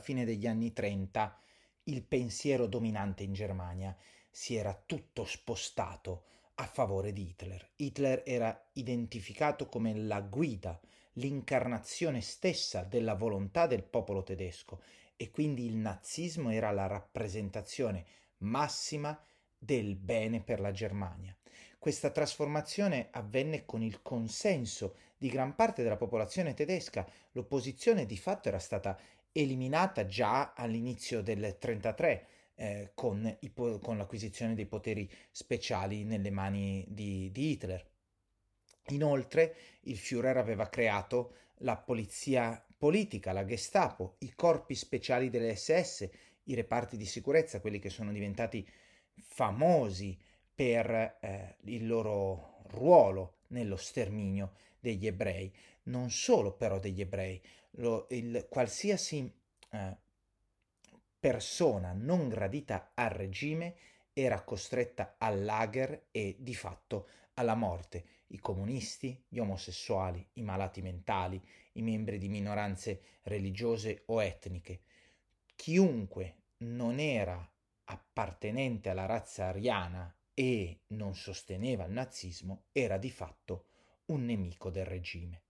fine degli anni 30 il pensiero dominante in Germania si era tutto spostato a favore di Hitler. Hitler era identificato come la guida, l'incarnazione stessa della volontà del popolo tedesco e quindi il nazismo era la rappresentazione massima del bene per la Germania. Questa trasformazione avvenne con il consenso di gran parte della popolazione tedesca. L'opposizione di fatto era stata eliminata già all'inizio del 1933 con l'acquisizione dei poteri speciali nelle mani di Hitler. Inoltre il Führer aveva creato la polizia politica, la Gestapo, i corpi speciali delle SS, i reparti di sicurezza, quelli che sono diventati famosi per il loro ruolo nello sterminio degli ebrei, non solo però degli ebrei, qualsiasi eh, persona non gradita al regime era costretta al lager e di fatto alla morte. I comunisti, gli omosessuali, i malati mentali, i membri di minoranze religiose o etniche. Chiunque non era appartenente alla razza ariana e non sosteneva il nazismo era di fatto un nemico del regime.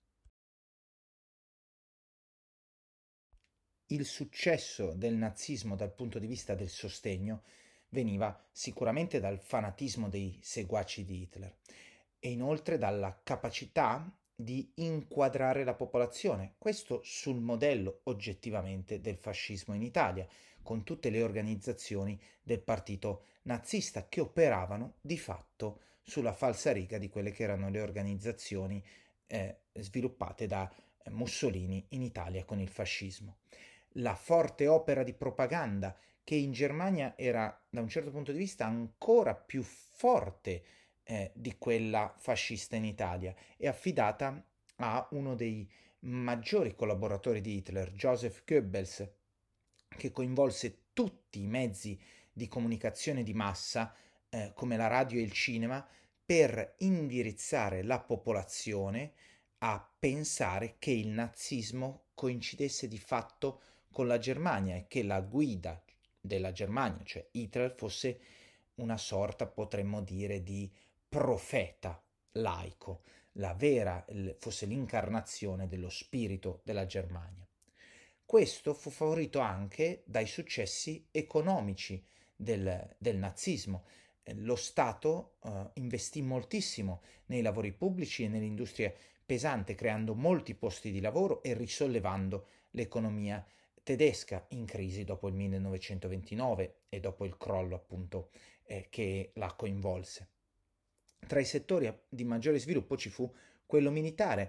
Il successo del nazismo dal punto di vista del sostegno veniva sicuramente dal fanatismo dei seguaci di Hitler e inoltre dalla capacità di inquadrare la popolazione, questo sul modello oggettivamente del fascismo in Italia, con tutte le organizzazioni del partito nazista che operavano di fatto sulla falsariga di quelle che erano le organizzazioni sviluppate da Mussolini in Italia con il fascismo. La forte opera di propaganda che in Germania era da un certo punto di vista ancora più forte di quella fascista in Italia, è affidata a uno dei maggiori collaboratori di Hitler, Joseph Goebbels, che coinvolse tutti i mezzi di comunicazione di massa, come la radio e il cinema, per indirizzare la popolazione a pensare che il nazismo coincidesse di fatto con la Germania e che la guida della Germania, cioè Hitler, fosse una sorta, potremmo dire, di profeta laico, fosse l'incarnazione dello spirito della Germania. Questo fu favorito anche dai successi economici del nazismo. Lo Stato investì moltissimo nei lavori pubblici e nell'industria pesante, creando molti posti di lavoro e risollevando l'economia tedesca in crisi dopo il 1929 e dopo il crollo appunto che la coinvolse. Tra i settori di maggiore sviluppo ci fu quello militare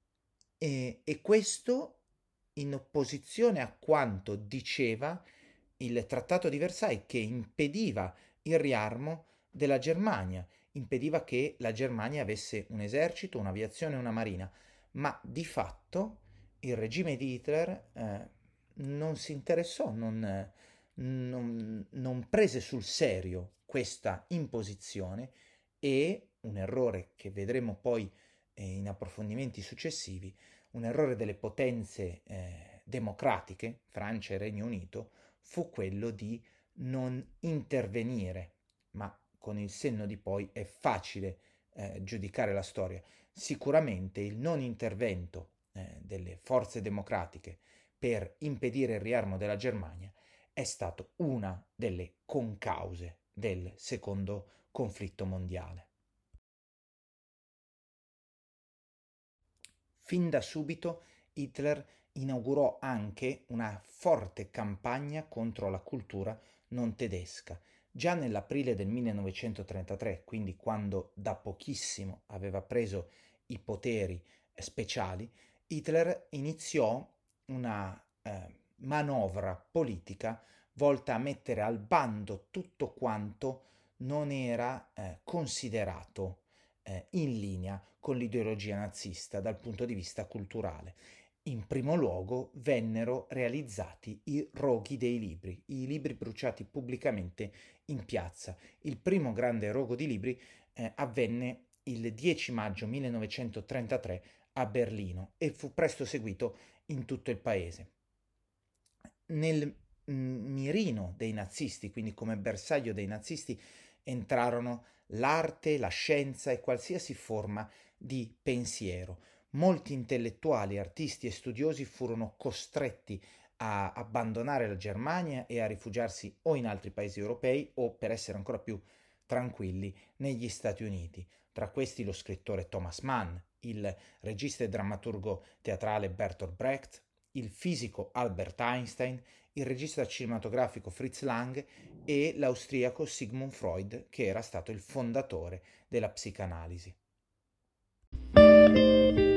e questo in opposizione a quanto diceva il Trattato di Versailles che impediva il riarmo della Germania, impediva che la Germania avesse un esercito, un'aviazione e una marina, ma di fatto il regime di Hitler non si interessò, non prese sul serio questa imposizione e un errore che vedremo poi in approfondimenti successivi, un errore delle potenze democratiche, Francia e Regno Unito, fu quello di non intervenire, ma con il senno di poi è facile giudicare la storia. Sicuramente il non intervento delle forze democratiche per impedire il riarmo della Germania è stato una delle concause del secondo conflitto mondiale. Fin da subito Hitler inaugurò anche una forte campagna contro la cultura non tedesca. Già nell'aprile del 1933, quindi quando da pochissimo aveva preso i poteri speciali, Hitler iniziò una manovra politica volta a mettere al bando tutto quanto non era considerato in linea con l'ideologia nazista dal punto di vista culturale. In primo luogo vennero realizzati i roghi dei libri, i libri bruciati pubblicamente in piazza. Il primo grande rogo di libri avvenne il 10 maggio 1933 a Berlino e fu presto seguito in tutto il paese. nel mirino dei nazisti, quindi come bersaglio dei nazisti, entrarono l'arte, la scienza e qualsiasi forma di pensiero. Molti intellettuali, artisti e studiosi furono costretti a abbandonare la Germania e a rifugiarsi o in altri paesi europei o, per essere ancora più tranquilli, negli Stati Uniti. Tra questi lo scrittore Thomas Mann, il regista e drammaturgo teatrale Bertolt Brecht, il fisico Albert Einstein, il regista cinematografico Fritz Lang e l'austriaco Sigmund Freud, che era stato il fondatore della psicanalisi.